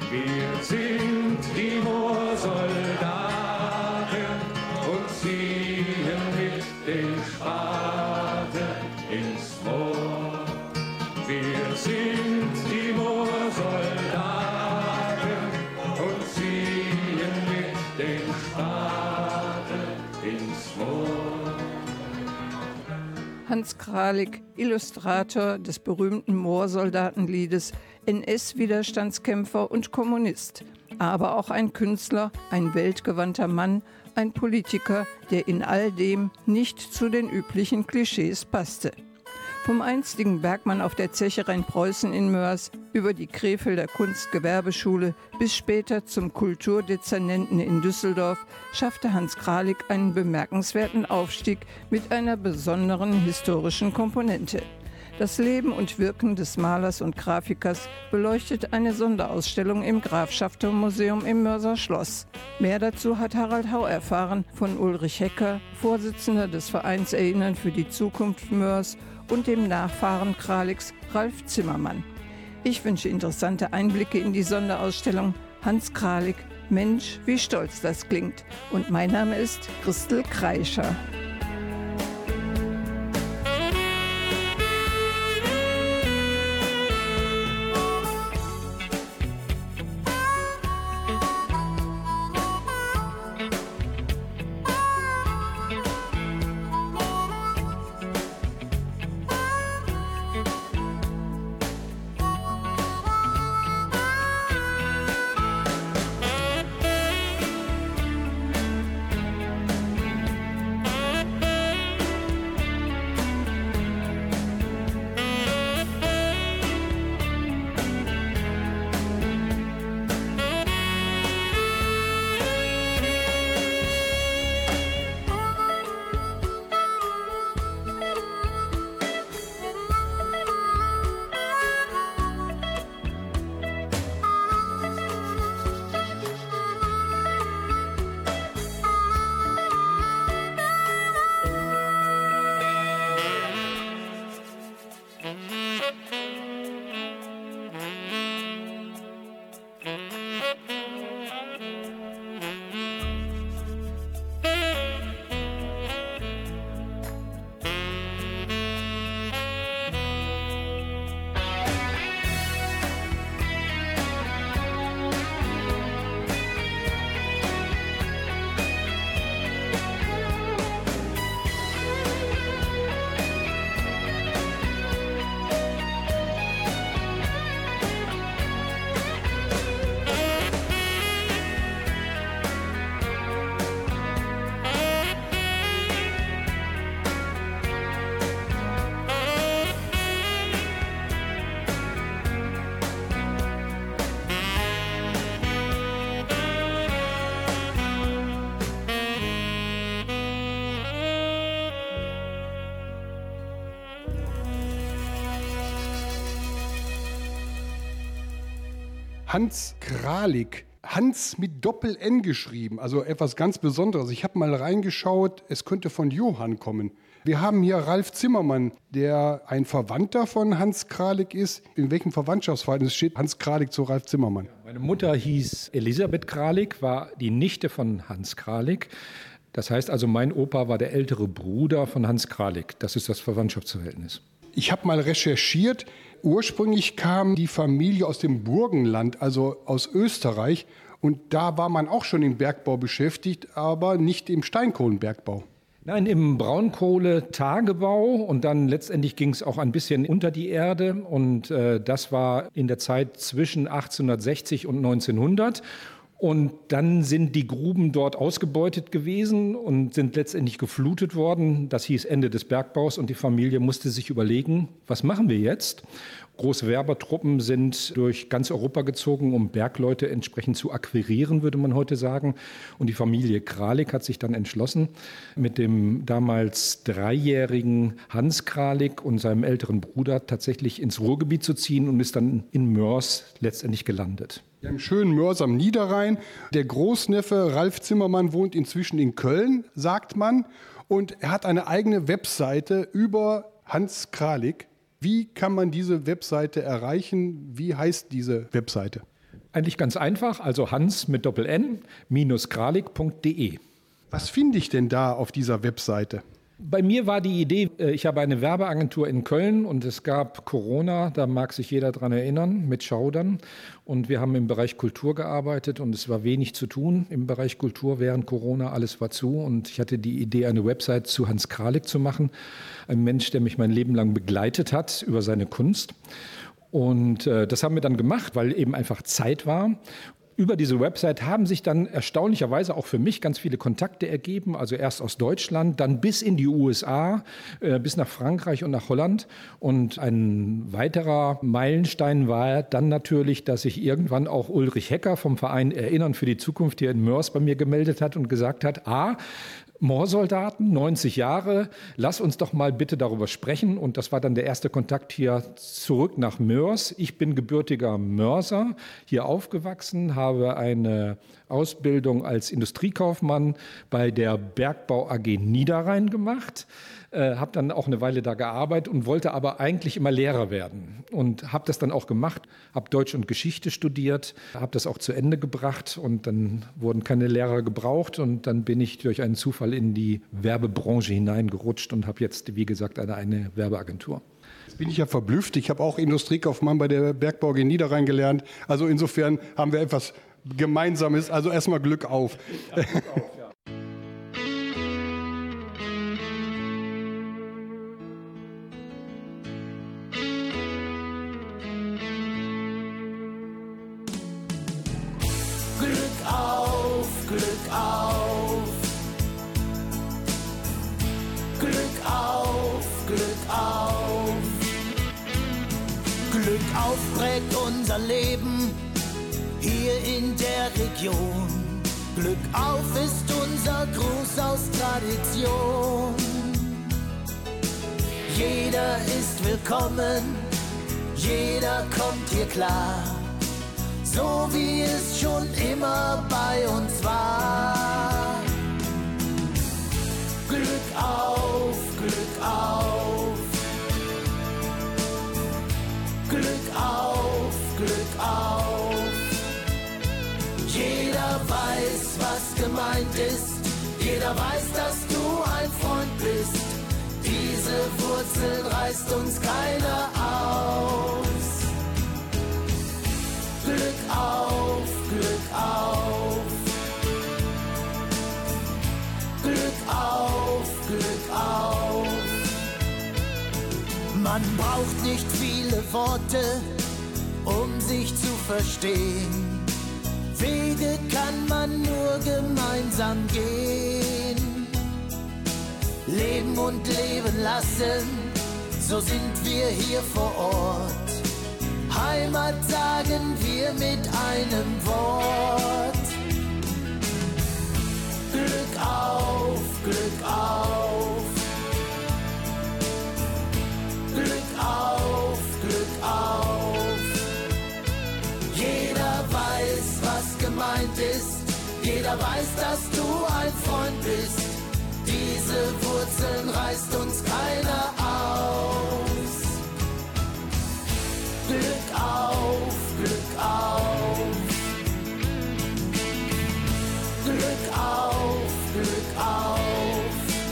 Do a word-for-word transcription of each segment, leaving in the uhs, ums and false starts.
Wir sind die Moorsoldaten und ziehen mit den Spaten ins Moor. Wir sind die Moorsoldaten und ziehen mit den Spaten ins Moor. Hans Kralik, Illustrator des berühmten Moorsoldatenliedes, N S-Widerstandskämpfer und Kommunist, aber auch ein Künstler, ein weltgewandter Mann, ein Politiker, der in all dem nicht zu den üblichen Klischees passte. Vom einstigen Bergmann auf der Zeche Rheinpreußen in Moers über die Krefelder Kunstgewerbeschule bis später zum Kulturdezernenten in Düsseldorf schaffte Hans Kralik einen bemerkenswerten Aufstieg mit einer besonderen historischen Komponente. Das Leben und Wirken des Malers und Grafikers beleuchtet eine Sonderausstellung im Graf-Schafter-Museum im Moerser Schloss. Mehr dazu hat Harald Hau erfahren von Ulrich Hecker, Vorsitzender des Vereins Erinnern für die Zukunft Moers, und dem Nachfahren Kraliks, Ralf Zimmermann. Ich wünsche interessante Einblicke in die Sonderausstellung Hans Kralik, Mensch, wie stolz das klingt. Und mein Name ist Christel Kreischer. Hans Kralik. Hans mit Doppel-N geschrieben, also etwas ganz Besonderes. Ich habe mal reingeschaut, es könnte von Johann kommen. Wir haben hier Ralf Zimmermann, der ein Verwandter von Hans Kralik ist. In welchem Verwandtschaftsverhältnis steht Hans Kralik zu Ralf Zimmermann? Meine Mutter hieß Elisabeth Kralik, war die Nichte von Hans Kralik. Das heißt also, mein Opa war der ältere Bruder von Hans Kralik. Das ist das Verwandtschaftsverhältnis. Ich habe mal recherchiert. Ursprünglich kam die Familie aus dem Burgenland, also aus Österreich. Und da war man auch schon im Bergbau beschäftigt, aber nicht im Steinkohlenbergbau. Nein, im Braunkohletagebau, und dann letztendlich ging es auch ein bisschen unter die Erde. Und äh, das war in der Zeit zwischen achtzehnhundertsechzig und neunzehnhundert. Und dann sind die Gruben dort ausgebeutet gewesen und sind letztendlich geflutet worden. Das hieß Ende des Bergbaus, und die Familie musste sich überlegen, was machen wir jetzt? Große Werbertruppen sind durch ganz Europa gezogen, um Bergleute entsprechend zu akquirieren, würde man heute sagen. Und die Familie Kralik hat sich dann entschlossen, mit dem damals dreijährigen Hans Kralik und seinem älteren Bruder tatsächlich ins Ruhrgebiet zu ziehen und ist dann in Moers letztendlich gelandet. Ja, im schönen Moers am Niederrhein. Der Großneffe Ralf Zimmermann wohnt inzwischen in Köln, sagt man. Und er hat eine eigene Webseite über Hans Kralik. Wie kann man diese Webseite erreichen? Wie heißt diese Webseite? Eigentlich ganz einfach, also Hans mit Doppel-N minus kralig punkt de. Was finde ich denn da auf dieser Webseite? Bei mir war die Idee, ich habe eine Werbeagentur in Köln und es gab Corona, da mag sich jeder dran erinnern, mit Schaudern. Und wir haben im Bereich Kultur gearbeitet und es war wenig zu tun im Bereich Kultur während Corona, alles war zu. Und ich hatte die Idee, eine Website zu Hans Kralig zu machen. Ein Mensch, der mich mein Leben lang begleitet hat über seine Kunst. Und äh, das haben wir dann gemacht, weil eben einfach Zeit war. Über diese Website haben sich dann erstaunlicherweise auch für mich ganz viele Kontakte ergeben, also erst aus Deutschland, dann bis in die U S A, äh, bis nach Frankreich und nach Holland. Und ein weiterer Meilenstein war dann natürlich, dass sich irgendwann auch Ulrich Hecker vom Verein Erinnern für die Zukunft hier in Moers bei mir gemeldet hat und gesagt hat, a, Moorsoldaten, neunzig Jahre, lass uns doch mal bitte darüber sprechen. Und das war dann der erste Kontakt hier zurück nach Moers. Ich bin gebürtiger Moerser, hier aufgewachsen, habe eine Ausbildung als Industriekaufmann bei der Bergbau A G Niederrhein gemacht, äh, habe dann auch eine Weile da gearbeitet und wollte aber eigentlich immer Lehrer werden. Und habe das dann auch gemacht, habe Deutsch und Geschichte studiert, habe das auch zu Ende gebracht und dann wurden keine Lehrer gebraucht und dann bin ich durch einen Zufall in die Werbebranche hineingerutscht und habe jetzt, wie gesagt, eine, eine Werbeagentur. Jetzt bin ich ja verblüfft. Ich habe auch Industriekaufmann bei der Bergbau A G Niederrhein gelernt. Also insofern haben wir etwas Gemeinsames. Also erstmal Glück auf. Ja, Glück auf, ja. Glück auf, Glück auf. Glück auf, Glück auf. Glück auf prägt unser Leben hier in der Region. Glück auf ist unser Gruß aus Tradition. Jeder ist willkommen, jeder kommt hier klar, so wie es schon immer bei uns war. Glück auf, Glück auf. Glück auf, Glück auf. Jeder weiß, was gemeint ist. Jeder weiß, dass du ein Freund bist. Diese Wurzeln reißt uns keiner aus. Glück auf, Glück auf. Glück auf, Glück auf. Man braucht nicht viele Worte, um sich zu verstehen. Wege kann man nur gemeinsam gehen. Leben und leben lassen, so sind wir hier vor Ort. Heimat sagen wir mit einem Wort. Glück auf, Glück auf. Glück auf, Glück auf. Jeder weiß, was gemeint ist. Jeder weiß, dass du ein Freund bist. Diese Wurzeln reißt uns keiner aus. Glück auf, Glück auf. Glück auf, Glück auf.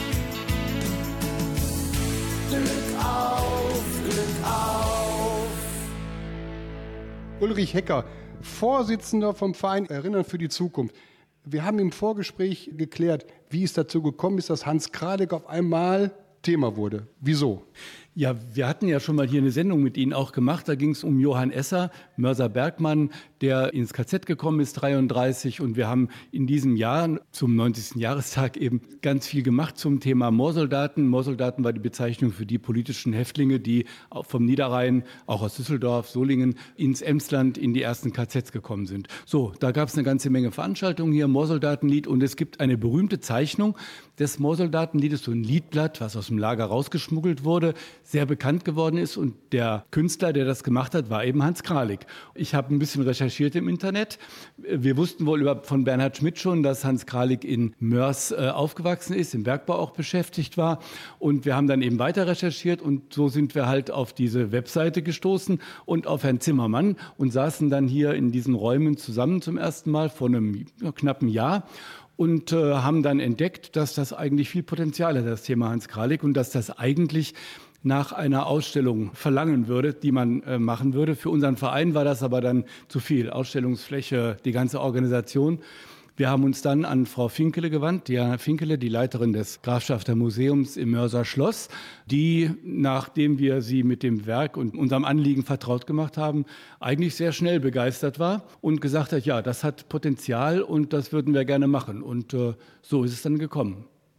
Glück auf, Glück auf. Ulrich Hecker, Vorsitzender vom Verein Erinnern für die Zukunft. Wir haben im Vorgespräch geklärt, wie es dazu gekommen ist, dass Hans Kralig auf einmal Thema wurde. Wieso? Ja, wir hatten ja schon mal hier eine Sendung mit Ihnen auch gemacht. Da ging es um Johann Esser, Mörser Bergmann, der ins K Z gekommen ist, dreiunddreißig. Und wir haben in diesem Jahr zum neunzigsten Jahrestag eben ganz viel gemacht zum Thema Moorsoldaten. Moorsoldaten war die Bezeichnung für die politischen Häftlinge, die vom Niederrhein, auch aus Düsseldorf, Solingen, ins Emsland in die ersten K Zs gekommen sind. So, da gab es eine ganze Menge Veranstaltungen hier, Moorsoldatenlied. Und es gibt eine berühmte Zeichnung des Moorsoldatenliedes, so ein Liedblatt, was aus dem Lager rausgeschmuggelt wurde. sehr bekannt geworden ist. Und der Künstler, der das gemacht hat, war eben Hans Kralik. Ich habe ein bisschen recherchiert im Internet. Wir wussten wohl über, von Bernhard Schmidt schon, dass Hans Kralik in Moers äh, aufgewachsen ist, im Bergbau auch beschäftigt war. Und wir haben dann eben weiter recherchiert und so sind wir halt auf diese Webseite gestoßen und auf Herrn Zimmermann und saßen dann hier in diesen Räumen zusammen zum ersten Mal vor einem knappen Jahr. Und äh, haben dann entdeckt, dass das eigentlich viel Potenzial hat, das Thema Hans Kralik, und dass das eigentlich nach einer Ausstellung verlangen würde, die man äh, machen würde. Für unseren Verein war das aber dann zu viel. Ausstellungsfläche, die ganze Organisation. Wir haben uns dann an Frau Finkele gewandt, Diana Finkele, die Leiterin des Grafschafter Museums im Mörser Schloss, die, nachdem wir sie mit dem Werk und unserem Anliegen vertraut gemacht haben, eigentlich sehr schnell begeistert war und gesagt hat, ja, das hat Potenzial und das würden wir gerne machen. Und äh, so ist es dann gekommen.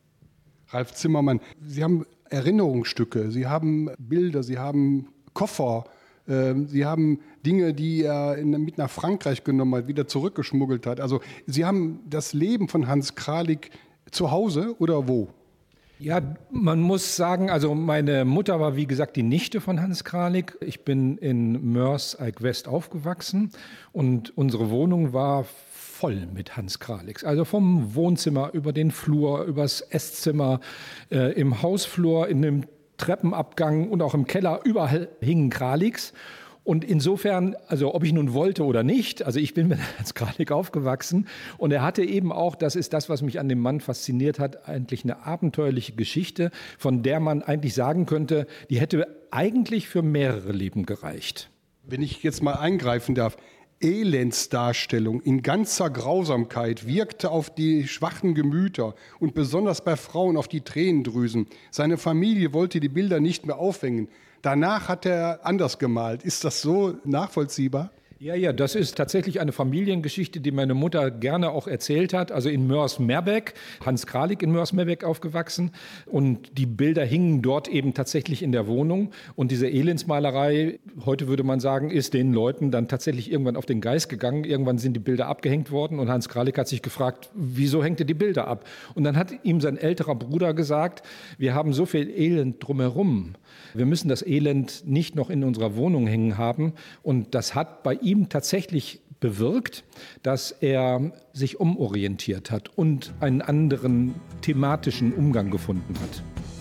Ralf Zimmermann, Sie haben Erinnerungsstücke, Sie haben Bilder, Sie haben Koffer, Sie haben Dinge, die er in, mit nach Frankreich genommen hat, wieder zurückgeschmuggelt hat. Also Sie haben das Leben von Hans Kralik zu Hause oder wo? Ja, man muss sagen, also meine Mutter war wie gesagt die Nichte von Hans Kralik. Ich bin in Moers-Eick-West aufgewachsen und unsere Wohnung war voll mit Hans Kraliks. Also vom Wohnzimmer über den Flur, übers Esszimmer, äh, im Hausflur, in dem Treppenabgang und auch im Keller, überall hingen Kraliks. Und insofern, also ob ich nun wollte oder nicht, also ich bin mit Hans Kralik aufgewachsen und er hatte eben auch, das ist das, was mich an dem Mann fasziniert hat, eigentlich eine abenteuerliche Geschichte, von der man eigentlich sagen könnte, die hätte eigentlich für mehrere Leben gereicht. Wenn ich jetzt mal eingreifen darf, Elendsdarstellung in ganzer Grausamkeit wirkte auf die schwachen Gemüter und besonders bei Frauen auf die Tränendrüsen. Seine Familie wollte die Bilder nicht mehr aufhängen. Danach hat er anders gemalt. Ist das so nachvollziehbar? Ja, ja, das ist tatsächlich eine Familiengeschichte, die meine Mutter gerne auch erzählt hat. Also in Moers-Merbeck, Hans Kralik in Moers-Merbeck aufgewachsen. Und die Bilder hingen dort eben tatsächlich in der Wohnung. Und diese Elendsmalerei, heute würde man sagen, ist den Leuten dann tatsächlich irgendwann auf den Geist gegangen. Irgendwann sind die Bilder abgehängt worden und Hans Kralik hat sich gefragt, wieso hängt er die Bilder ab? Und dann hat ihm sein älterer Bruder gesagt, wir haben so viel Elend drumherum. Wir müssen das Elend nicht noch in unserer Wohnung hängen haben. Und das hat bei ihm tatsächlich bewirkt, dass er sich umorientiert hat und einen anderen thematischen Umgang gefunden hat.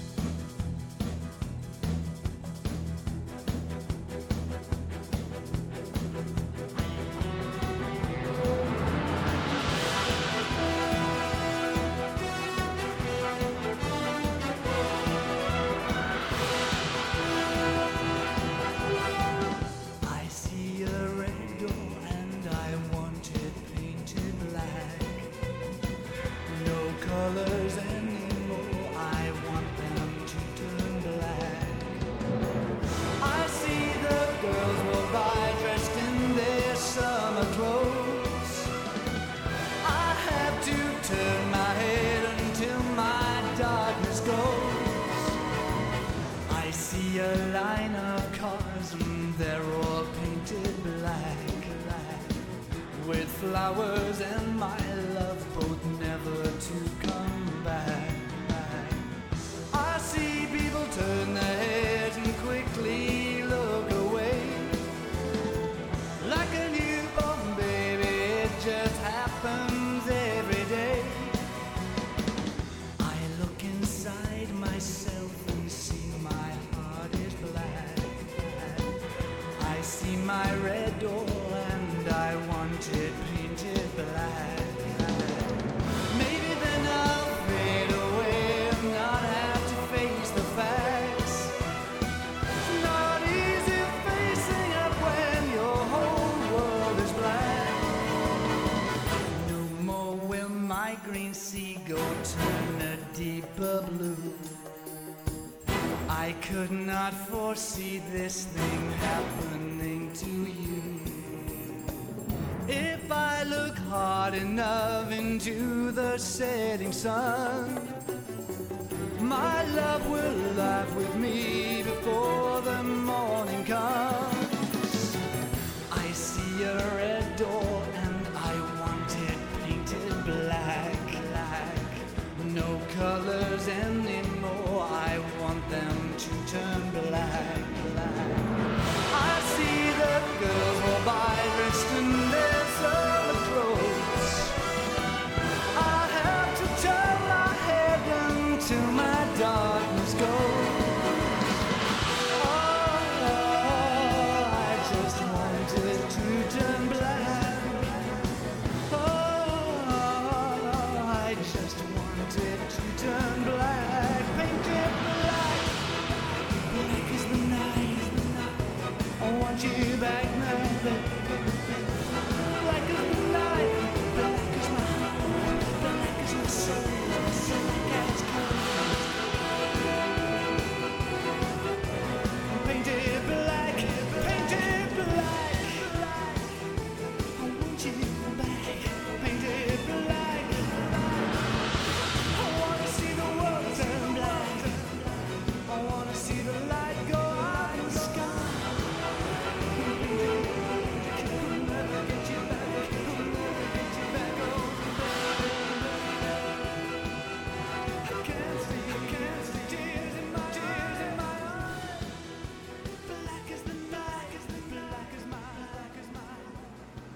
Flowers and my love both never to come back. I see people turn their heads and quickly look away. Like a newborn baby, it just happens every day. I look inside myself and see my heart is black. I see my red door and I want it painted black. Maybe then I'll fade away and not have to face the facts. It's not easy facing up when your whole world is black. No more will my green seagull turn a deeper blue. I could not foresee this thing happening to you. If I look hard enough into the setting sun, my love will laugh with me before the morning comes. I see a red door and I want it painted black, black. No colors anymore, I want them to turn black.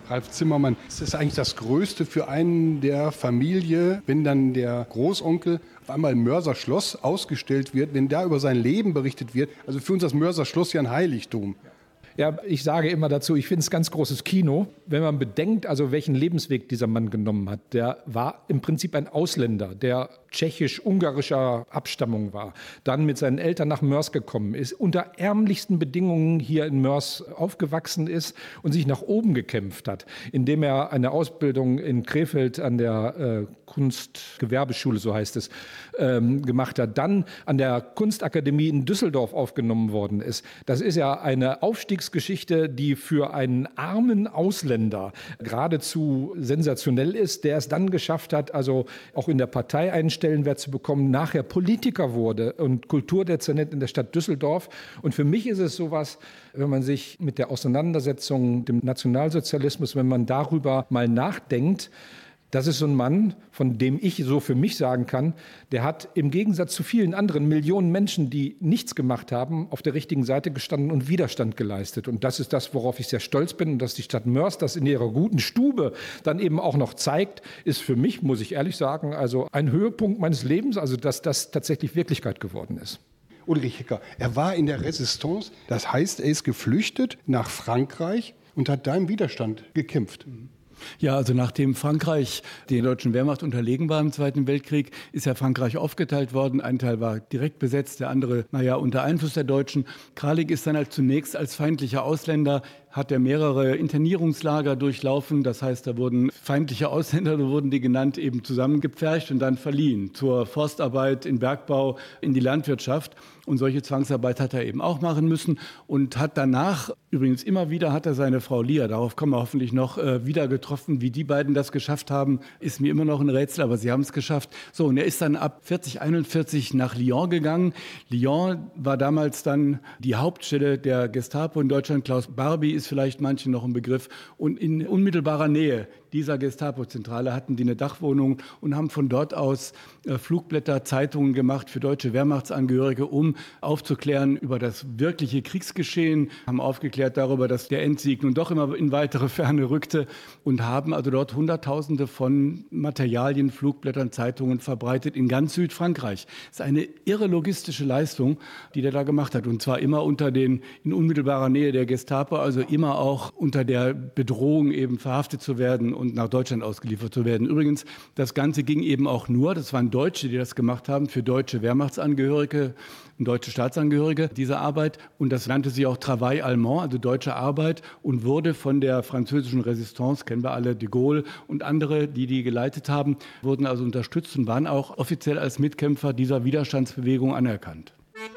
Ralf Zimmermann, es ist eigentlich das Größte für einen der Familie, wenn dann der Großonkel auf einmal im Mörser Schloss ausgestellt wird, wenn da über sein Leben berichtet wird. Also für uns das Mörser Schloss ja ein Heiligtum. Ja, ich sage immer dazu, ich finde es ganz großes Kino, wenn man bedenkt, also welchen Lebensweg dieser Mann genommen hat. Der war im Prinzip ein Ausländer, der tschechisch-ungarischer Abstammung war, dann mit seinen Eltern nach Mörs gekommen ist, unter ärmlichsten Bedingungen hier in Mörs aufgewachsen ist und sich nach oben gekämpft hat, indem er eine Ausbildung in Krefeld an der äh, Kunstgewerbeschule, so heißt es, ähm, gemacht hat, dann an der Kunstakademie in Düsseldorf aufgenommen worden ist. Das ist ja eine Aufstiegsgeschichte, die für einen armen Ausländer geradezu sensationell ist, der es dann geschafft hat, also auch in der Partei einen Stellenwert zu bekommen, nachher Politiker wurde und Kulturdezernent in der Stadt Düsseldorf. Und für mich ist es sowas, wenn man sich mit der Auseinandersetzung dem Nationalsozialismus, wenn man darüber mal nachdenkt, das ist so ein Mann, von dem ich so für mich sagen kann, der hat im Gegensatz zu vielen anderen Millionen Menschen, die nichts gemacht haben, auf der richtigen Seite gestanden und Widerstand geleistet. Und das ist das, worauf ich sehr stolz bin. Und dass die Stadt Mörs das in ihrer guten Stube dann eben auch noch zeigt, ist für mich, muss ich ehrlich sagen, also ein Höhepunkt meines Lebens, also dass das tatsächlich Wirklichkeit geworden ist. Ulrich Hecker, er war in der Resistance, das heißt, er ist geflüchtet nach Frankreich und hat da im Widerstand gekämpft. Ja, also nachdem Frankreich der deutschen Wehrmacht unterlegen war im Zweiten Weltkrieg, ist ja Frankreich aufgeteilt worden. Ein Teil war direkt besetzt, der andere, naja, unter Einfluss der Deutschen. Kralik ist dann halt zunächst als feindlicher Ausländer, hat er mehrere Internierungslager durchlaufen. Das heißt, da wurden feindliche Ausländer, so wurden die genannt, eben zusammengepfercht und dann verliehen zur Forstarbeit, in Bergbau, in die Landwirtschaft. Und solche Zwangsarbeit hat er eben auch machen müssen und hat danach, übrigens immer wieder, hat er seine Frau Lia, darauf kommen wir hoffentlich noch, äh, wieder getroffen. Wie die beiden das geschafft haben, ist mir immer noch ein Rätsel, aber sie haben es geschafft. So, und er ist dann ab vierzig einundvierzig nach Lyon gegangen. Lyon war damals dann die Hauptstelle der Gestapo in Deutschland. Klaus Barbie ist vielleicht manchen noch ein Begriff. Und in unmittelbarer Nähe dieser Gestapo-Zentrale hatten die eine Dachwohnung und haben von dort aus äh, Flugblätter, Zeitungen gemacht für deutsche Wehrmachtsangehörige, um aufzuklären über das wirkliche Kriegsgeschehen, haben aufgeklärt darüber, dass der Endsieg nun doch immer in weitere Ferne rückte und haben also dort Hunderttausende von Materialien, Flugblättern, Zeitungen verbreitet in ganz Südfrankreich. Das ist eine irre logistische Leistung, die der da gemacht hat, und zwar immer unter den, in unmittelbarer Nähe der Gestapo, also immer auch unter der Bedrohung, eben verhaftet zu werden und nach Deutschland ausgeliefert zu werden. Übrigens, das Ganze ging eben auch nur, das waren Deutsche, die das gemacht haben, für deutsche Wehrmachtsangehörige, deutsche Staatsangehörige, diese Arbeit. Und das nannte sich auch Travail Allemand, also deutsche Arbeit, und wurde von der französischen Resistance, kennen wir alle, de Gaulle und andere, die die geleitet haben, wurden also unterstützt und waren auch offiziell als Mitkämpfer dieser Widerstandsbewegung anerkannt.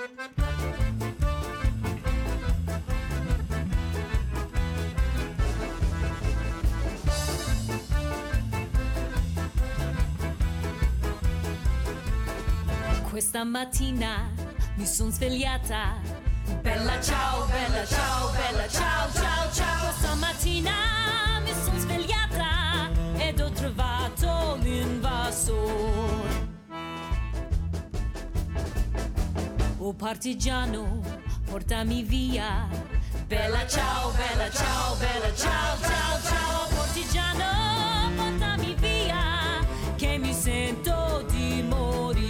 Questa mattina mi son svegliata. Bella ciao, bella ciao, bella ciao, ciao, ciao. Questa mattina mi son svegliata ed ho trovato l'invasor. Oh partigiano, portami via. Bella ciao, bella ciao, bella ciao, ciao, ciao. Partigiano, portami via, che mi sento di morire.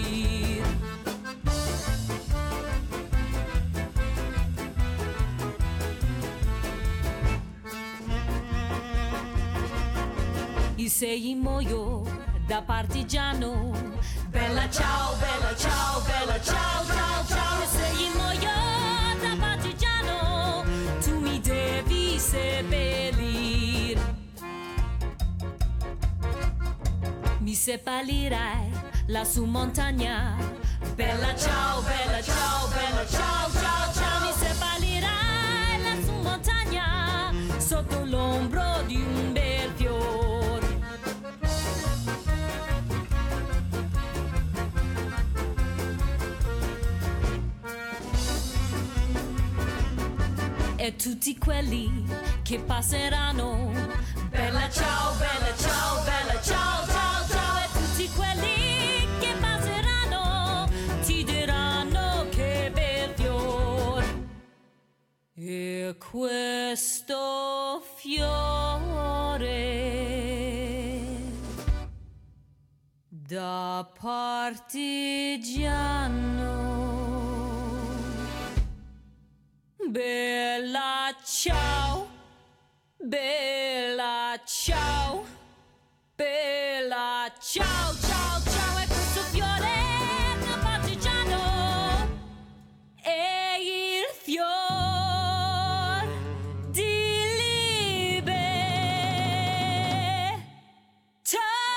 E se io muoio da partigiano, bella ciao, bella ciao, bella ciao, ciao, ciao. E se io muoio da partigiano, tu mi devi seppellir. Mi seppellirai lassù in montagna. Bella ciao, bella ciao, bella ciao, ciao, ciao. Mi seppellirai lassù in montagna sotto l'ombro di un bel fiore. E tutti quelli che passeranno, bella ciao, bella ciao, bella ciao, ciao, ciao. E tutti quelli che passeranno ti diranno che bel fior. E questo fiore da partigiano. Bella ciao, bella ciao, bella ciao, ciao, ciao, e questo fiore da partigiano è il fior di libertà.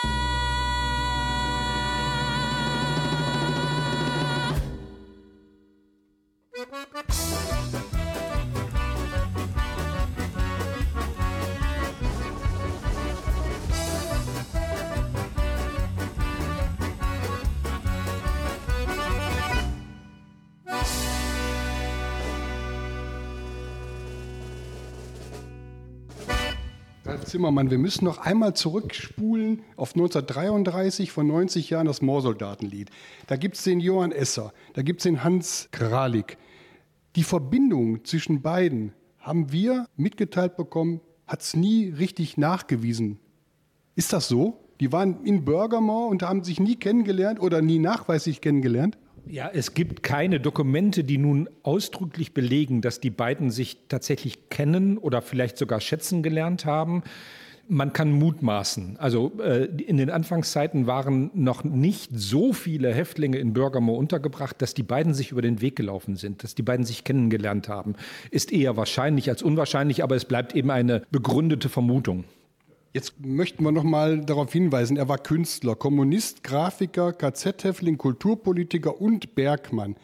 Ralf Zimmermann, wir müssen noch einmal zurückspulen auf neunzehnhundertdreiunddreißig, vor neunzig Jahren das Moorsoldatenlied. Da gibt es den Johann Esser, da gibt es den Hans Kralik. Die Verbindung zwischen beiden haben wir mitgeteilt bekommen, hat es nie richtig nachgewiesen. Ist das so? Die waren in Börgermoor und haben sich nie kennengelernt oder nie nachweislich kennengelernt? Ja, es gibt keine Dokumente, die nun ausdrücklich belegen, dass die beiden sich tatsächlich kennen oder vielleicht sogar schätzen gelernt haben. Man kann mutmaßen. Also äh, in den Anfangszeiten waren noch nicht so viele Häftlinge in Börgermoor untergebracht, dass die beiden sich über den Weg gelaufen sind, dass die beiden sich kennengelernt haben. Ist eher wahrscheinlich als unwahrscheinlich, aber es bleibt eben eine begründete Vermutung. Jetzt möchten wir noch mal darauf hinweisen, er war Künstler, Kommunist, Grafiker, K Z-Häftling, Kulturpolitiker und Bergmann.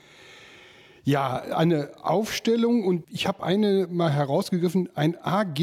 Ja, eine Aufstellung, und ich habe eine mal herausgegriffen, ein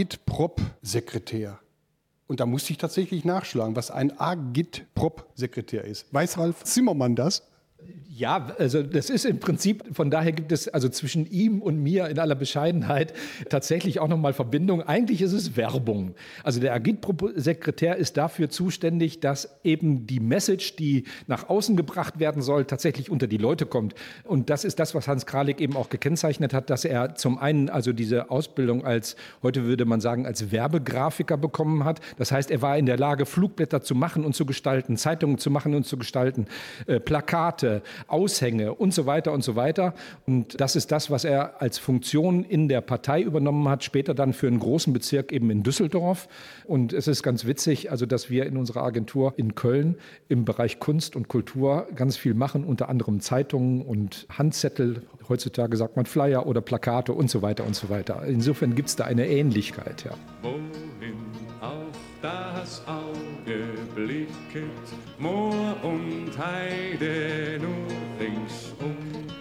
Agitprop-Sekretär. Und da musste ich tatsächlich nachschlagen, was ein Agitprop-Sekretär ist. Weiß Ralf Zimmermann das? Ja, also das ist im Prinzip, von daher gibt es also zwischen ihm und mir in aller Bescheidenheit tatsächlich auch nochmal Verbindung. Eigentlich ist es Werbung. Also der Agitprop-Sekretär ist dafür zuständig, dass eben die Message, die nach außen gebracht werden soll, tatsächlich unter die Leute kommt. Und das ist das, was Hans Kralik eben auch gekennzeichnet hat, dass er zum einen also diese Ausbildung als, heute würde man sagen, als Werbegrafiker bekommen hat. Das heißt, er war in der Lage, Flugblätter zu machen und zu gestalten, Zeitungen zu machen und zu gestalten, äh, Plakate, Aushänge und so weiter und so weiter. Und das ist das, was er als Funktion in der Partei übernommen hat, später dann für einen großen Bezirk eben in Düsseldorf. Und es ist ganz witzig, also dass wir in unserer Agentur in Köln im Bereich Kunst und Kultur ganz viel machen, unter anderem Zeitungen und Handzettel, heutzutage sagt man Flyer oder Plakate und so weiter und so weiter. Insofern gibt es da eine Ähnlichkeit, ja. Wohin auch das Auge blicket, Moor und Heide nur ringsum.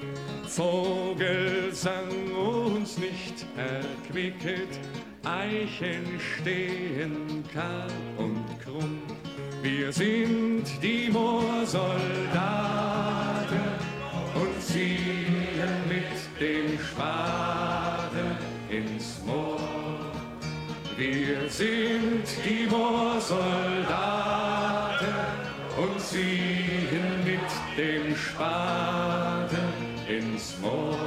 Vogelsang uns nicht erquicket, Eichen stehen kahl und krumm. Wir sind die Moorsoldaten und ziehen mit dem Spaten ins Moor. Wir sind die Moorsoldaten und ziehen mit dem Spaten ins Moor.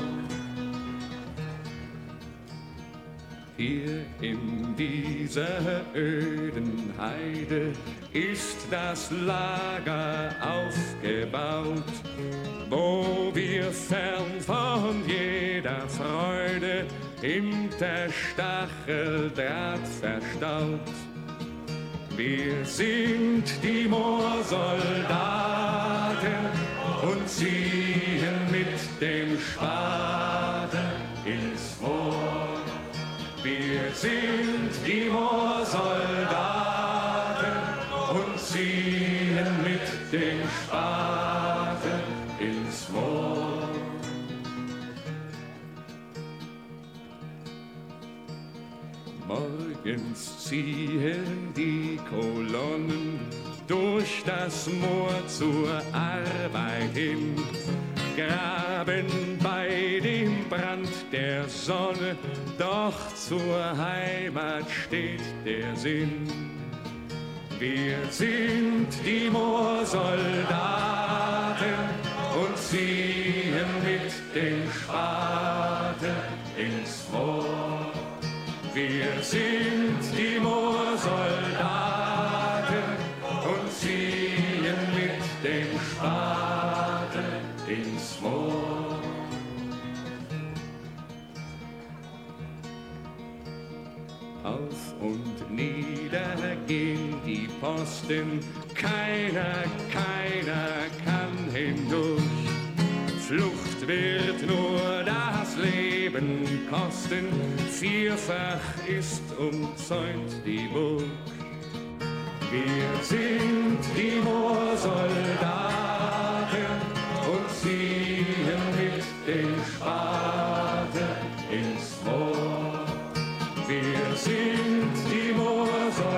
Hier in dieser öden Heide ist das Lager aufgebaut, wo wir fern von jeder Freude hinter Stacheldraht verstaut. Wir sind die Moorsoldaten und ziehen mit dem Spaten ins Moor. Wir sind die Moorsoldaten und ziehen mit dem Spaten ins Moor. Morgens ziehen die Kolonnen durch das Moor zur Arbeit hin, graben bei dem Brand der Sonne, doch zur Heimat steht der Sinn. Wir sind die Moorsoldaten und ziehen mit dem Spaten ins Moor. Wir sind die Moorsoldaten und ziehen wieder gehen die Posten, keiner, keiner kann hindurch. Flucht wird nur das Leben kosten, vierfach ist umzäunt die Burg. Wir sind die Moorsoldaten und ziehen mit dem Spaten ins Moor. Wir sind die Moorsoldaten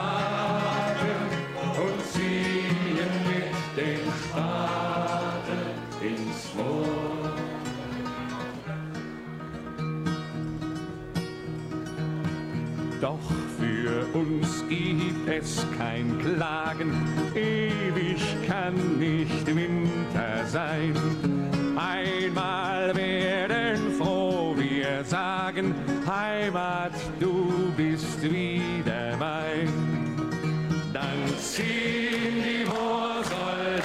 und ziehen mit dem Spaten ins Moor. Doch für uns gibt es kein Klagen, ewig kann nicht Winter sein. Einmal werden froh wir sagen, Heimat, du bist wieder mein. Dann ziehen die Moorsoldaten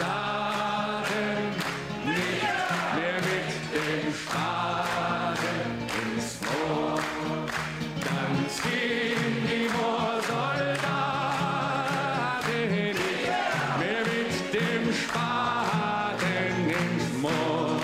nicht mehr mit dem Spaten ins Moor. Dann ziehen die Moorsoldaten nicht mehr mit dem Spaten ins Moor.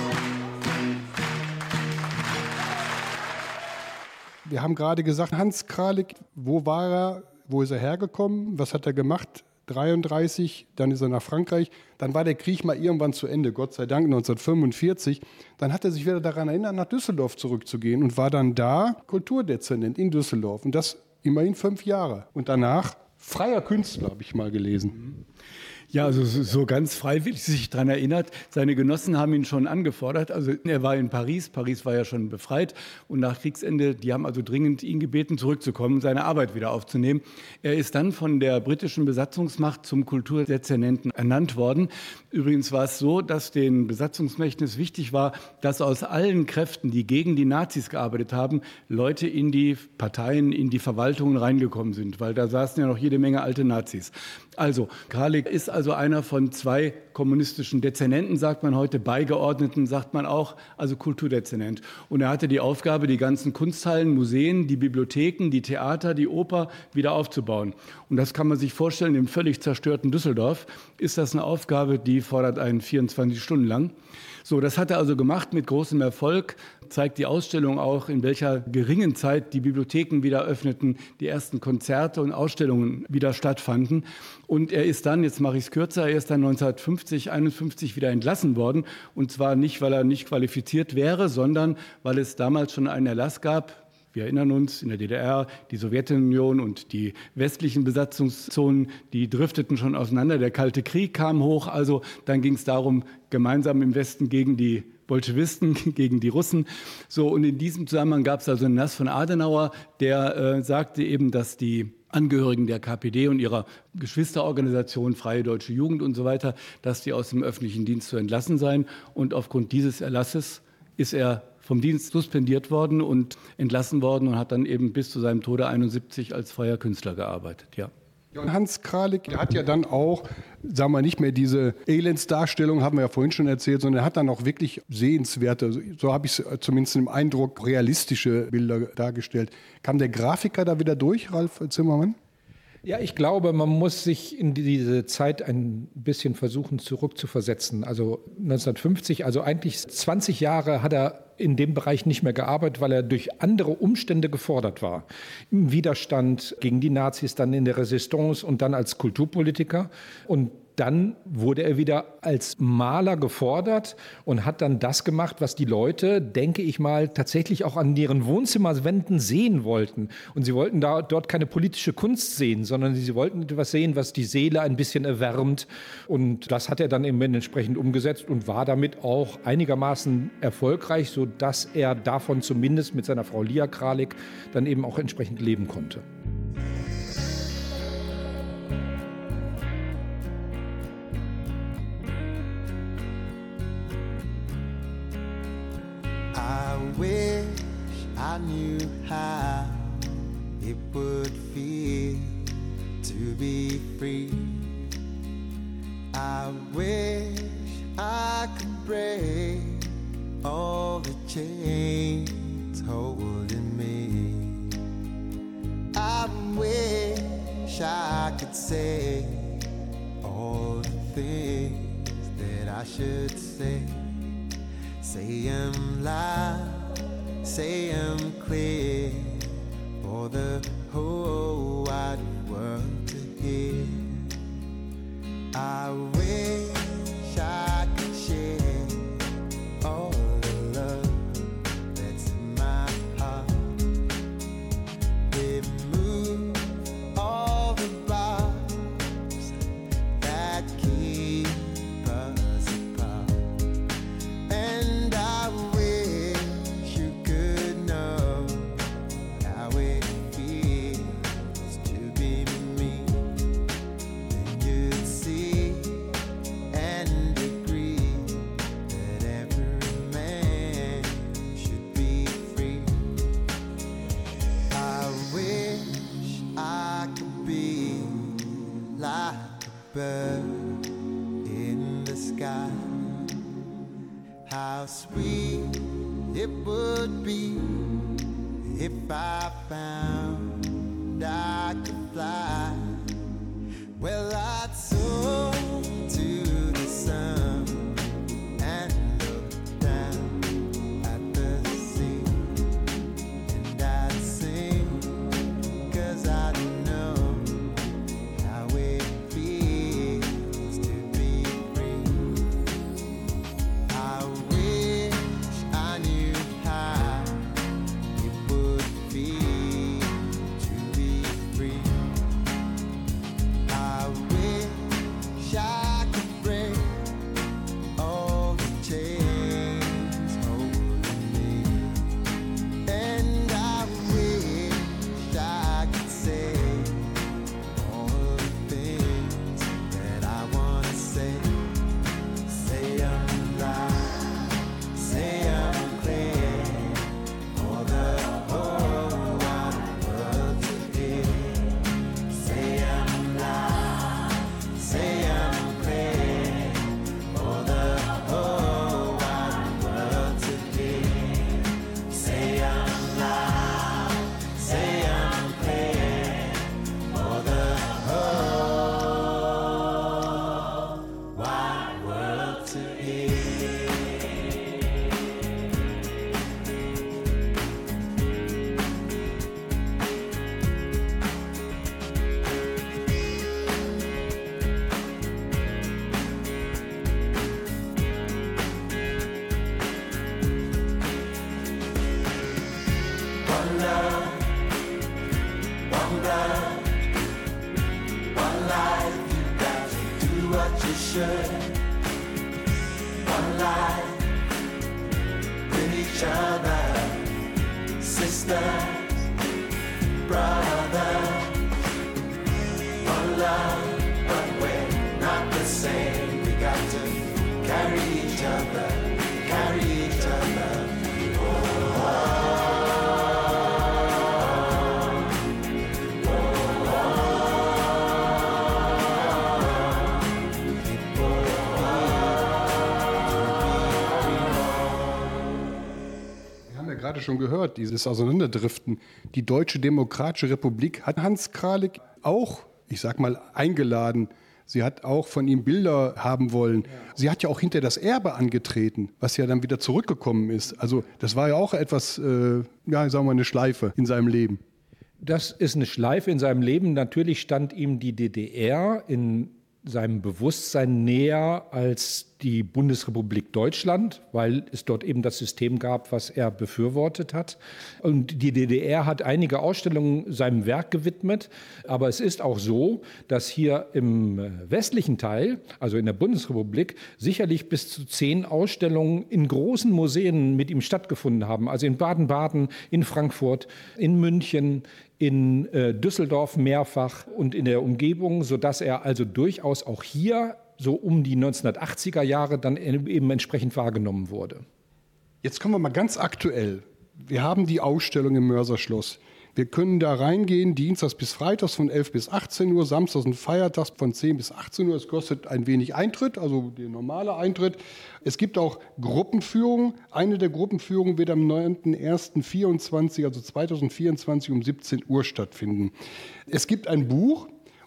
Wir haben gerade gesagt, Hans Kralik, wo war er, wo ist er hergekommen, was hat er gemacht? dreiunddreißig, dann ist er nach Frankreich, dann war der Krieg mal irgendwann zu Ende, Gott sei Dank neunzehnhundertfünfundvierzig. Dann hat er sich wieder daran erinnert, nach Düsseldorf zurückzugehen und war dann da Kulturdezernent in Düsseldorf. Und das immerhin fünf Jahre. Und danach freier Künstler, habe ich mal gelesen. Ja, also so ganz freiwillig sich daran erinnert. Seine Genossen haben ihn schon angefordert. Also er war in Paris, Paris war ja schon befreit und nach Kriegsende, die haben also dringend ihn gebeten, zurückzukommen, seine Arbeit wieder aufzunehmen. Er ist dann von der britischen Besatzungsmacht zum Kulturdezernenten ernannt worden. Übrigens war es so, dass den Besatzungsmächten es wichtig war, dass aus allen Kräften, die gegen die Nazis gearbeitet haben, Leute in die Parteien, in die Verwaltungen reingekommen sind, weil da saßen ja noch jede Menge alte Nazis. Also Kralik ist also einer von zwei kommunistischen Dezernenten, sagt man heute, Beigeordneten sagt man auch, also Kulturdezernent. Und er hatte die Aufgabe, die ganzen Kunsthallen, Museen, die Bibliotheken, die Theater, die Oper wieder aufzubauen. Und das kann man sich vorstellen, im völlig zerstörten Düsseldorf ist das eine Aufgabe, die fordert einen vierundzwanzig Stunden lang. So, das hat er also gemacht mit großem Erfolg, zeigt die Ausstellung auch, in welcher geringen Zeit die Bibliotheken wieder öffneten, die ersten Konzerte und Ausstellungen wieder stattfanden. Und er ist dann, jetzt mache ich es kürzer, er ist dann neunzehnhundertfünfzig, einundfünfzig wieder entlassen worden. Und zwar nicht, weil er nicht qualifiziert wäre, sondern weil es damals schon einen Erlass gab. Wir erinnern uns, in der D D R, die Sowjetunion und die westlichen Besatzungszonen, die drifteten schon auseinander. Der Kalte Krieg kam hoch, also dann ging es darum, gemeinsam im Westen gegen die Bolschewisten, gegen die Russen. So, und in diesem Zusammenhang gab es also einen Erlass von Adenauer, der äh, sagte eben, dass die Angehörigen der K P D und ihrer Geschwisterorganisation, Freie Deutsche Jugend und so weiter, dass die aus dem öffentlichen Dienst zu entlassen seien. Und aufgrund dieses Erlasses ist er vom Dienst suspendiert worden und entlassen worden und hat dann eben bis zu seinem Tode einundsiebzig als freier Künstler gearbeitet. Ja. Und Hans Kralik, der hat ja dann auch, sagen wir nicht mehr diese Elendsdarstellung, haben wir ja vorhin schon erzählt, sondern er hat dann auch wirklich sehenswerte, so habe ich es zumindest im Eindruck, realistische Bilder dargestellt. Kam der Grafiker da wieder durch, Ralf Zimmermann? Ja, ich glaube, man muss sich in diese Zeit ein bisschen versuchen zurückzuversetzen. Also neunzehnhundertfünfzig, also eigentlich zwanzig Jahre hat er in dem Bereich nicht mehr gearbeitet, weil er durch andere Umstände gefordert war. Im Widerstand gegen die Nazis, dann in der Resistance und dann als Kulturpolitiker. Und dann wurde er wieder als Maler gefordert und hat dann das gemacht, was die Leute, denke ich mal, tatsächlich auch an ihren Wohnzimmerwänden sehen wollten. Und sie wollten da, dort keine politische Kunst sehen, sondern sie wollten etwas sehen, was die Seele ein bisschen erwärmt. Und das hat er dann eben entsprechend umgesetzt und war damit auch einigermaßen erfolgreich, sodass er davon zumindest mit seiner Frau Lia Kralik dann eben auch entsprechend leben konnte. I wish I knew how it would feel to be free. I wish I could break all the chains holding me. I wish I could say all the things that I should say. Say 'em loud, say 'em clear, for the whole wide world to hear. I wish I could share all the love that's in my heart. Remove all the bars that keep us apart. And I wish you could know how it feels to be me. Then you'd see and agree that every man should be free. I wish I could be like a bird in the sky. How sweet it would be if I found I could fly. Well, I'd soar to the sun and look down at the sea, and I'd sing 'cause I know how it feels to be free. I wish I knew how it would feel to be free. I wish I could break all the chains holding me, and I wish I could say all the things that I want to say. Say 'em loud, say 'em clear, for the whole wide world to hear. Say 'em loud, say 'em clear, for the whole wide world to hear. Say 'em loud, say 'em clear, for the whole wide world to hear. One love, one blood, one life. You got to do what you should. One life with each other, sisters, brothers. One love, but we're not the same. We got to carry each other, carry each other. Wir haben ja gerade schon gehört, dieses Auseinanderdriften. Die Deutsche Demokratische Republik hat Hans Kralik auch, ich sag mal, eingeladen. Sie hat auch von ihm Bilder haben wollen. Sie hat ja auch hinter das Erbe angetreten, was ja dann wieder zurückgekommen ist. Also das war ja auch etwas, äh, ja, sagen wir mal, eine Schleife in seinem Leben. Das ist eine Schleife in seinem Leben. Natürlich stand ihm die D D R in seinem Bewusstsein näher als die Bundesrepublik Deutschland, weil es dort eben das System gab, was er befürwortet hat. Und die D D R hat einige Ausstellungen seinem Werk gewidmet. Aber es ist auch so, dass hier im westlichen Teil, also in der Bundesrepublik, sicherlich bis zu zehn Ausstellungen in großen Museen mit ihm stattgefunden haben. Also in Baden-Baden, in Frankfurt, in München, in äh, Düsseldorf mehrfach und in der Umgebung, sodass er also durchaus auch hier so um die neunzehnhundertachtziger Jahre dann eben entsprechend wahrgenommen wurde. Jetzt kommen wir mal ganz aktuell. Wir haben die Ausstellung im Mörserschloss. Wir können da reingehen, dienstags bis freitags von elf bis achtzehn Uhr, samstags und feiertags von zehn bis achtzehn Uhr. Es kostet ein wenig Eintritt, also der normale Eintritt. Es gibt auch Gruppenführungen. Eine der Gruppenführungen wird am neunten ersten vierundzwanzig, also zweitausendvierundzwanzig um siebzehn Uhr stattfinden. Es gibt ein Buch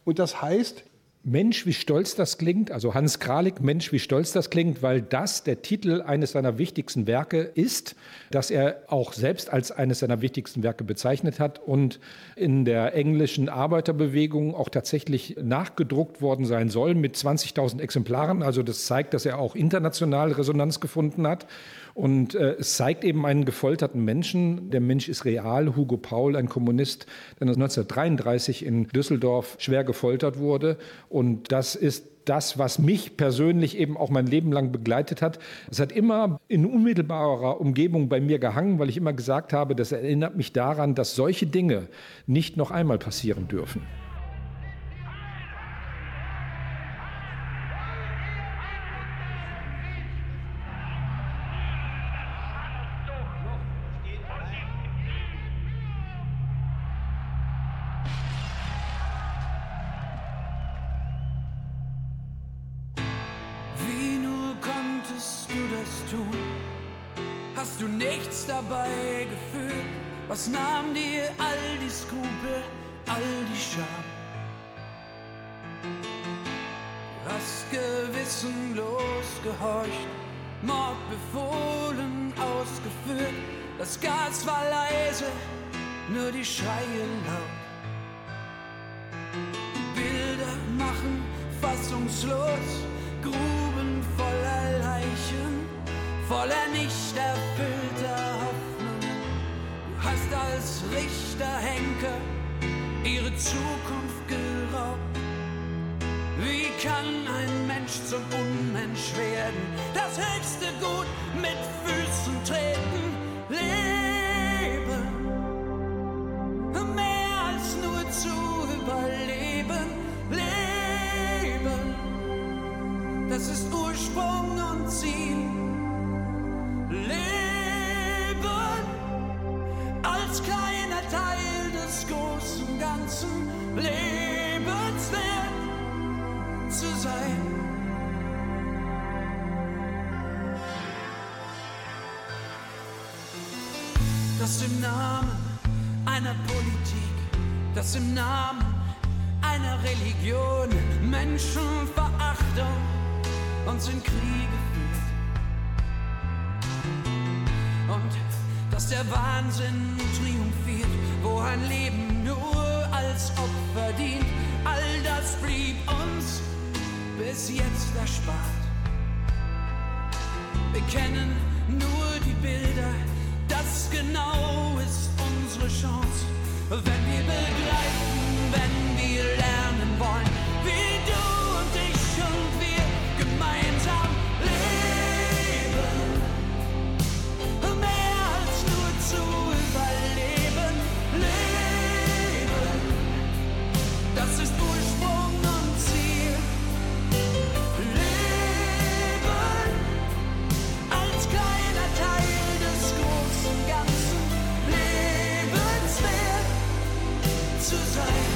Und das heißt, Mensch, wie stolz das klingt, also Hans Kralik, Mensch, wie stolz das klingt, weil das der Titel eines seiner wichtigsten Werke ist, das er auch selbst als eines seiner wichtigsten Werke bezeichnet hat und in der englischen Arbeiterbewegung auch tatsächlich nachgedruckt worden sein soll mit zwanzigtausend Exemplaren. Also das zeigt, dass er auch international Resonanz gefunden hat. Und äh, es zeigt eben einen gefolterten Menschen. Der Mensch ist real. Hugo Paul, ein Kommunist, der neunzehnhundertdreiunddreißig in Düsseldorf schwer gefoltert wurde. Und das ist das, was mich persönlich eben auch mein Leben lang begleitet hat. Es hat immer in unmittelbarer Umgebung bei mir gehangen, weil ich immer gesagt habe, das erinnert mich daran, dass solche Dinge nicht noch einmal passieren dürfen. Hast du nichts dabei gefühlt? Was nahm dir all die Skrupel, all die Scham? Du hast gewissenlos gehorcht, Mord befohlen, ausgeführt. Das Gas war leise, nur die Schreie laut. Bilder machen fassungslos, Gruben voller Leichen, voller nicht erfüllter Hoffnungen. Du hast als Richter Henker ihre Zukunft geraubt. Wie kann ein Mensch zum Unmensch werden, das höchste Gut mit Füßen treten? Leben, mehr als nur zu überleben. Leben, das ist Ursprung und Ziel. Leben als kleiner Teil des großen Ganzen, lebenswert zu sein. Das im Namen einer Politik, das im Namen einer Religion Menschenverachtung uns in Kriege führt. Und dass der Wahnsinn triumphiert, wo ein Leben nur als Opfer dient, all das blieb uns bis jetzt erspart. Wir kennen nur die Bilder, das genau ist unsere Chance. Wenn wir begleiten, wenn wir lernen wollen, wie du und ich und wir gemeinsam leben. Mehr als nur zu überleben, leben. Das ist Ursprung und Ziel. Leben als kleiner Teil des großen Ganzen, lebenswert zu sein.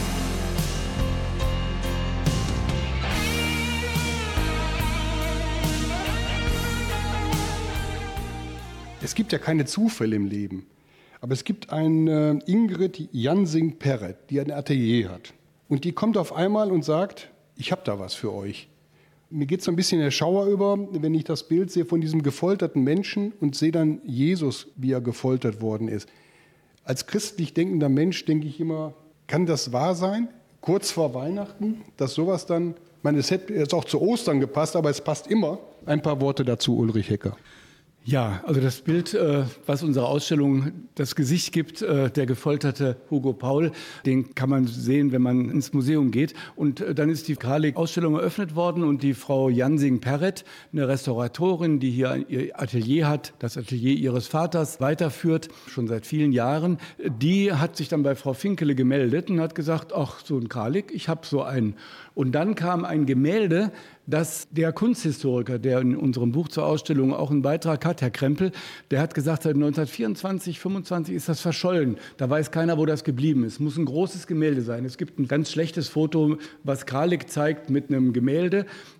Es gibt ja keine Zufälle im Leben, aber es gibt eine Ingrid Jansing-Perret, die ein Atelier hat. Und die kommt auf einmal und sagt, ich habe da was für euch. Mir geht so ein bisschen der Schauer über, wenn ich das Bild sehe von diesem gefolterten Menschen und sehe dann Jesus, wie er gefoltert worden ist. Als christlich denkender Mensch denke ich immer, kann das wahr sein? Kurz vor Weihnachten, dass sowas dann, ich meine, es hätte jetzt auch zu Ostern gepasst, aber es passt immer. Ein paar Worte dazu, Ulrich Hecker. Ja, also das Bild, was unserer Ausstellung das Gesicht gibt, der gefolterte Hugo Paul, den kann man sehen, wenn man ins Museum geht. Und dann ist die Kralik-Ausstellung eröffnet worden und die Frau Jansing-Perret, eine Restauratorin, die hier ihr Atelier hat, das Atelier ihres Vaters weiterführt, schon seit vielen Jahren, die hat sich dann bei Frau Finkele gemeldet und hat gesagt, ach, so ein Kralik, ich habe so einen. Und dann kam ein Gemälde, dass der Kunsthistoriker, der in unserem Buch zur Ausstellung auch einen Beitrag hat, Herr Krempel, der hat gesagt, seit neunzehnhundertvierundzwanzig, fünfundzwanzig ist das verschollen. Da weiß keiner, wo das geblieben ist. Muss ein großes Gemälde sein. Es gibt ein ganz schlechtes Foto, was Kralik zeigt mit einem Gemälde.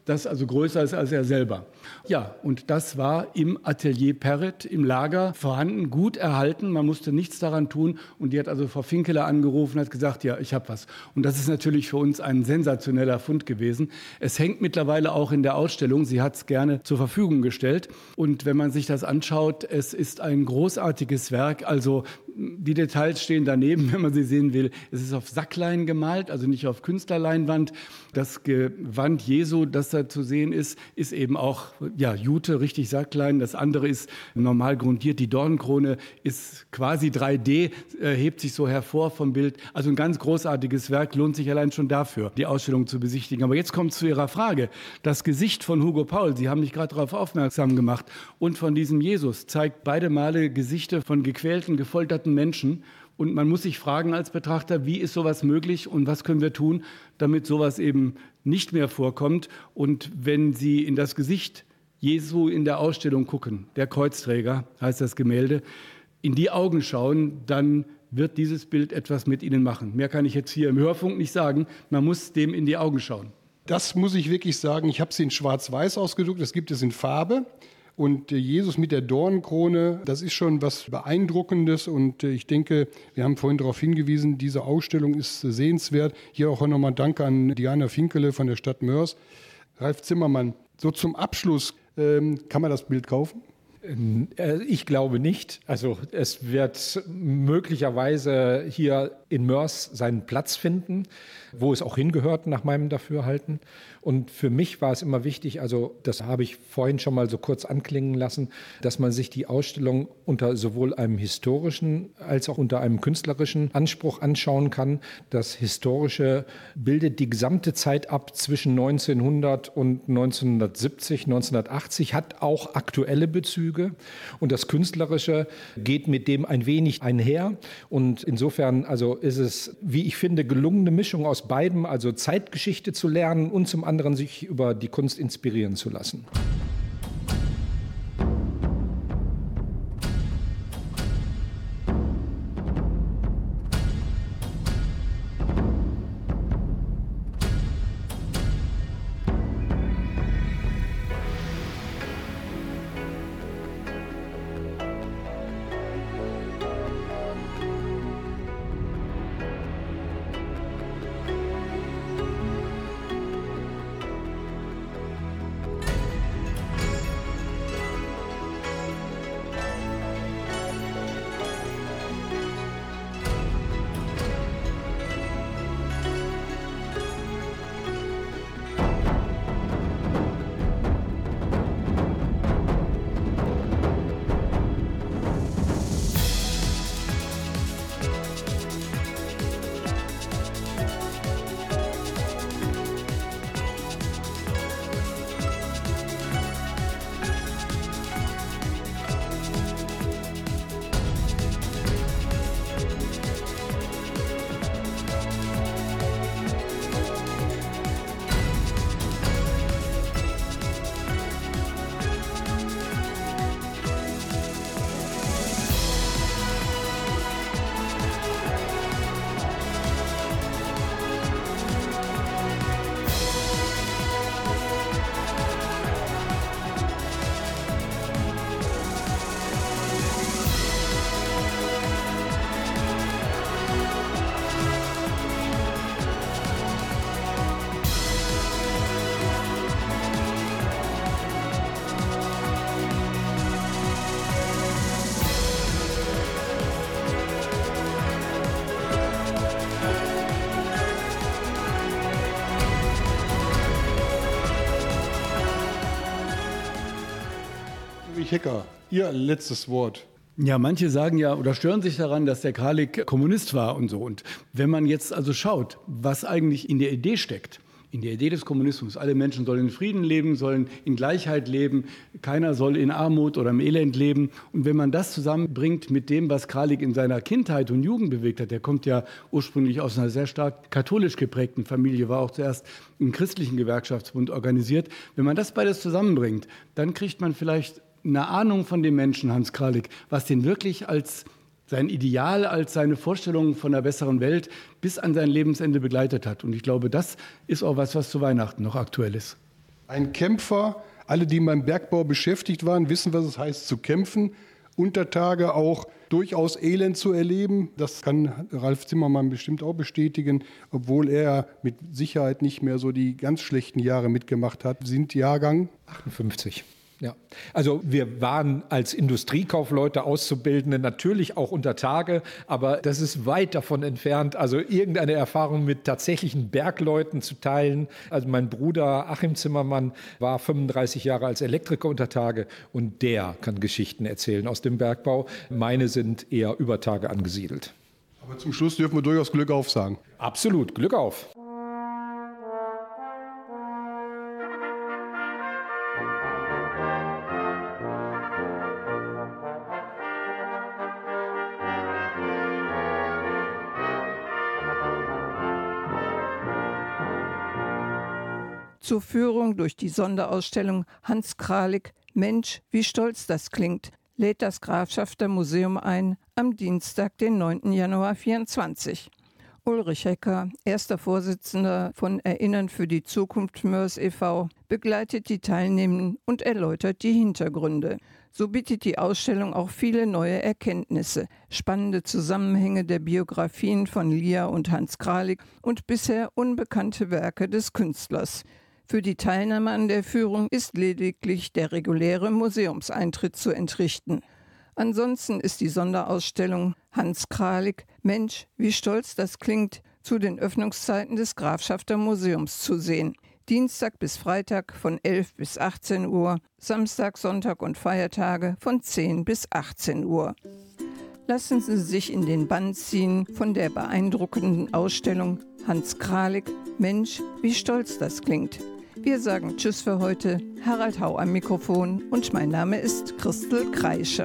das also größer ist als er selber. Ja, und das war im Atelier Perret im Lager vorhanden, gut erhalten. Man musste nichts daran tun. Und die hat also Frau Finkeler angerufen und hat gesagt, ja, ich habe was. Und das ist natürlich für uns ein sensationeller Fund gewesen. Es hängt mittlerweile auch in der Ausstellung. Sie hat es gerne zur Verfügung gestellt. Und wenn man sich das anschaut, es ist ein großartiges Werk. Also die Details stehen daneben, wenn man sie sehen will. Es ist auf Sacklein gemalt, also nicht auf Künstlerleinwand. Das Gewand Jesu, das da zu sehen ist, ist eben auch ja, Jute, richtig Sacklein. Das andere ist normal grundiert. Die Dornenkrone ist quasi drei D, äh, hebt sich so hervor vom Bild. Also ein ganz großartiges Werk, lohnt sich allein schon dafür, die Ausstellung zu besichtigen. Aber jetzt kommt es zu Ihrer Frage. Das Gesicht von Hugo Paul, Sie haben mich gerade darauf aufmerksam gemacht, und von diesem Jesus zeigt beide Male Gesichter von gequälten, gefolterten Menschen. Und man muss sich fragen als Betrachter, wie ist sowas möglich und was können wir tun, damit sowas eben nicht mehr vorkommt. Und wenn Sie in das Gesicht Jesu in der Ausstellung gucken, der Kreuzträger heißt das Gemälde, in die Augen schauen, dann wird dieses Bild etwas mit Ihnen machen. Mehr kann ich jetzt hier im Hörfunk nicht sagen. Man muss dem in die Augen schauen. Das muss ich wirklich sagen. Ich habe es in Schwarz-Weiß ausgedruckt. Das gibt es in Farbe. Und Jesus mit der Dornenkrone, das ist schon was Beeindruckendes. Und ich denke, wir haben vorhin darauf hingewiesen, diese Ausstellung ist sehenswert. Hier auch nochmal Danke an Diana Finkele von der Stadt Moers. Ralf Zimmermann, so zum Abschluss, ähm, kann man das Bild kaufen? Ich glaube nicht. Also es wird möglicherweise hier in Moers seinen Platz finden, wo es auch hingehört, nach meinem Dafürhalten. Und für mich war es immer wichtig, also das habe ich vorhin schon mal so kurz anklingen lassen, dass man sich die Ausstellung unter sowohl einem historischen als auch unter einem künstlerischen Anspruch anschauen kann. Das Historische bildet die gesamte Zeit ab zwischen neunzehnhundert und neunzehnhundertsiebzig, neunzehnhundertachtzig, hat auch aktuelle Bezüge. Und das Künstlerische geht mit dem ein wenig einher. Und insofern also ist es, wie ich finde, gelungene Mischung aus beidem, also Zeitgeschichte zu lernen und zum anderen sich über die Kunst inspirieren zu lassen. Hecker, Ihr letztes Wort. Ja, manche sagen ja oder stören sich daran, dass der Kralik Kommunist war und so. Und wenn man jetzt also schaut, was eigentlich in der Idee steckt, in der Idee des Kommunismus, alle Menschen sollen in Frieden leben, sollen in Gleichheit leben, keiner soll in Armut oder im Elend leben. Und wenn man das zusammenbringt mit dem, was Kralik in seiner Kindheit und Jugend bewegt hat, der kommt ja ursprünglich aus einer sehr stark katholisch geprägten Familie, war auch zuerst im christlichen Gewerkschaftsbund organisiert. Wenn man das beides zusammenbringt, dann kriegt man vielleicht eine Ahnung von dem Menschen, Hans Kralik, was den wirklich als sein Ideal, als seine Vorstellung von einer besseren Welt bis an sein Lebensende begleitet hat. Und ich glaube, das ist auch was, was zu Weihnachten noch aktuell ist. Ein Kämpfer, alle, die beim Bergbau beschäftigt waren, wissen, was es heißt zu kämpfen. Unter Tage auch durchaus Elend zu erleben. Das kann Ralf Zimmermann bestimmt auch bestätigen, obwohl er mit Sicherheit nicht mehr so die ganz schlechten Jahre mitgemacht hat. Sind Jahrgang achtundfünfzig. Ja, also wir waren als Industriekaufleute, Auszubildende natürlich auch unter Tage, aber das ist weit davon entfernt, also irgendeine Erfahrung mit tatsächlichen Bergleuten zu teilen. Also mein Bruder Achim Zimmermann war fünfunddreißig Jahre als Elektriker unter Tage und der kann Geschichten erzählen aus dem Bergbau. Meine sind eher über Tage angesiedelt. Aber zum Schluss dürfen wir durchaus Glück auf sagen. Absolut, Glück auf. Zur Führung durch die Sonderausstellung Hans Kralik, Mensch, wie stolz das klingt, lädt das Grafschafter Museum ein am Dienstag, den neunten Januar vierundzwanzig. Ulrich Hecker, erster Vorsitzender von Erinnern für die Zukunft Moers e V, begleitet die Teilnehmenden und erläutert die Hintergründe. So bietet die Ausstellung auch viele neue Erkenntnisse, spannende Zusammenhänge der Biografien von Lia und Hans Kralik und bisher unbekannte Werke des Künstlers. Für die Teilnahme an der Führung ist lediglich der reguläre Museumseintritt zu entrichten. Ansonsten ist die Sonderausstellung Hans Kralik, Mensch, wie stolz das klingt, zu den Öffnungszeiten des Grafschafter Museums zu sehen. Dienstag bis Freitag von elf bis achtzehn Uhr, Samstag, Sonntag und Feiertage von zehn bis achtzehn Uhr. Lassen Sie sich in den Bann ziehen von der beeindruckenden Ausstellung Hans Kralik, Mensch, wie stolz das klingt. Wir sagen Tschüss für heute, Harald Hau am Mikrofon und mein Name ist Christel Kreischer.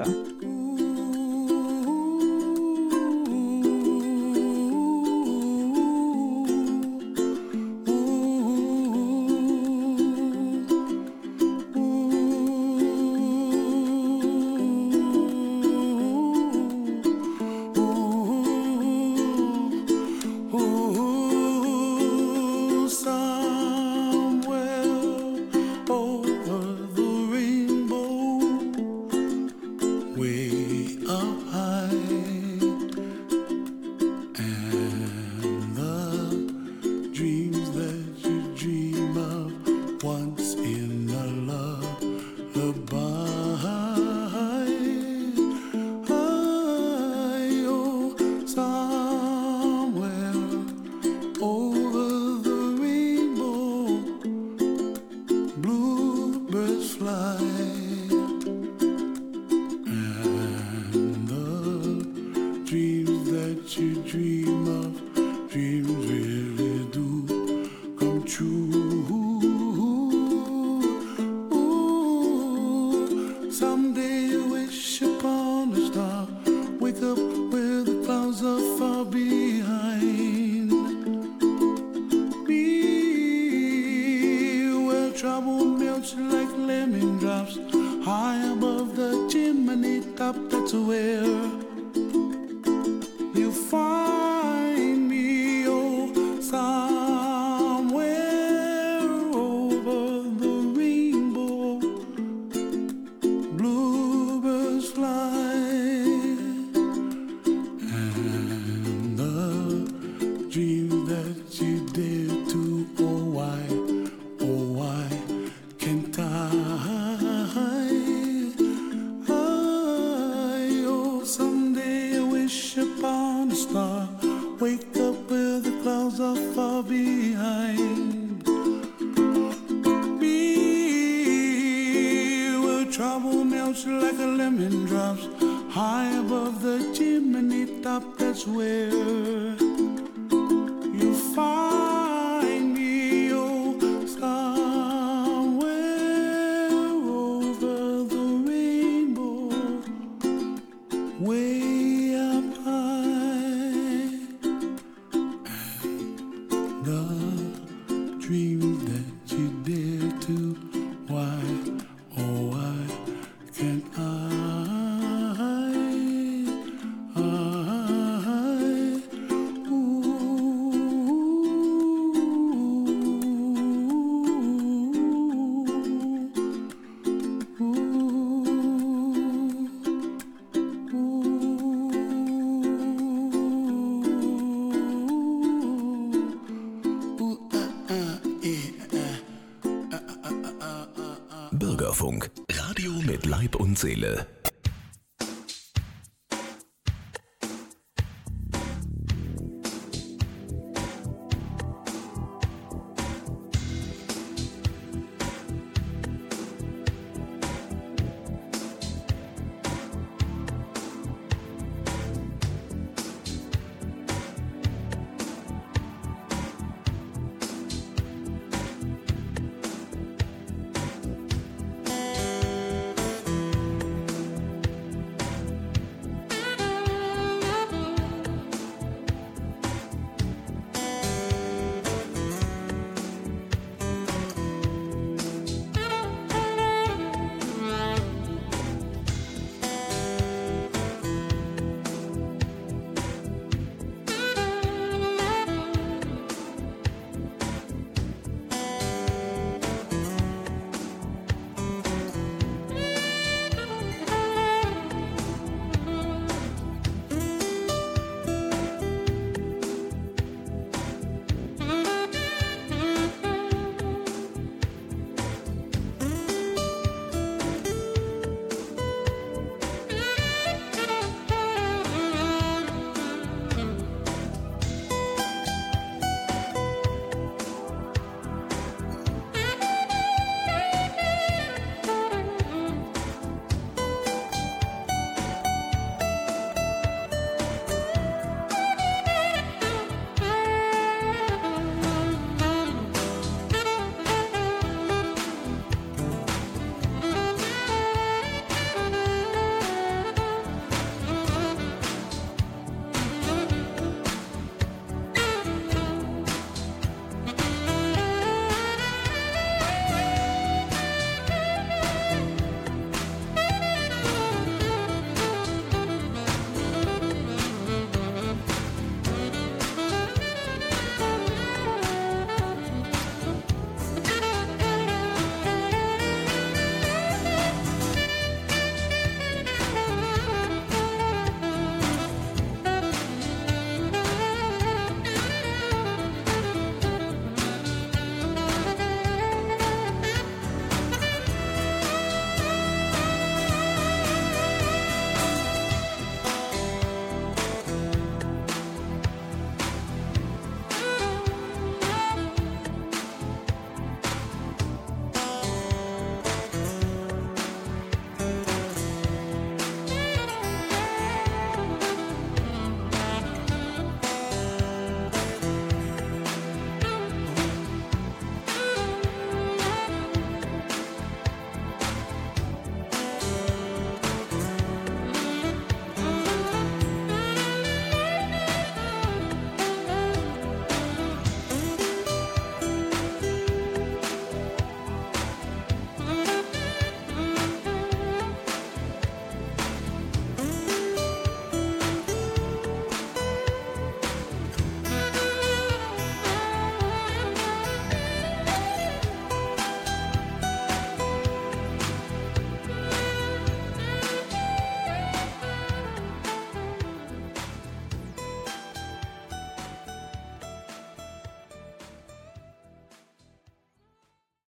Hörfunk. Radio mit Leib und Seele.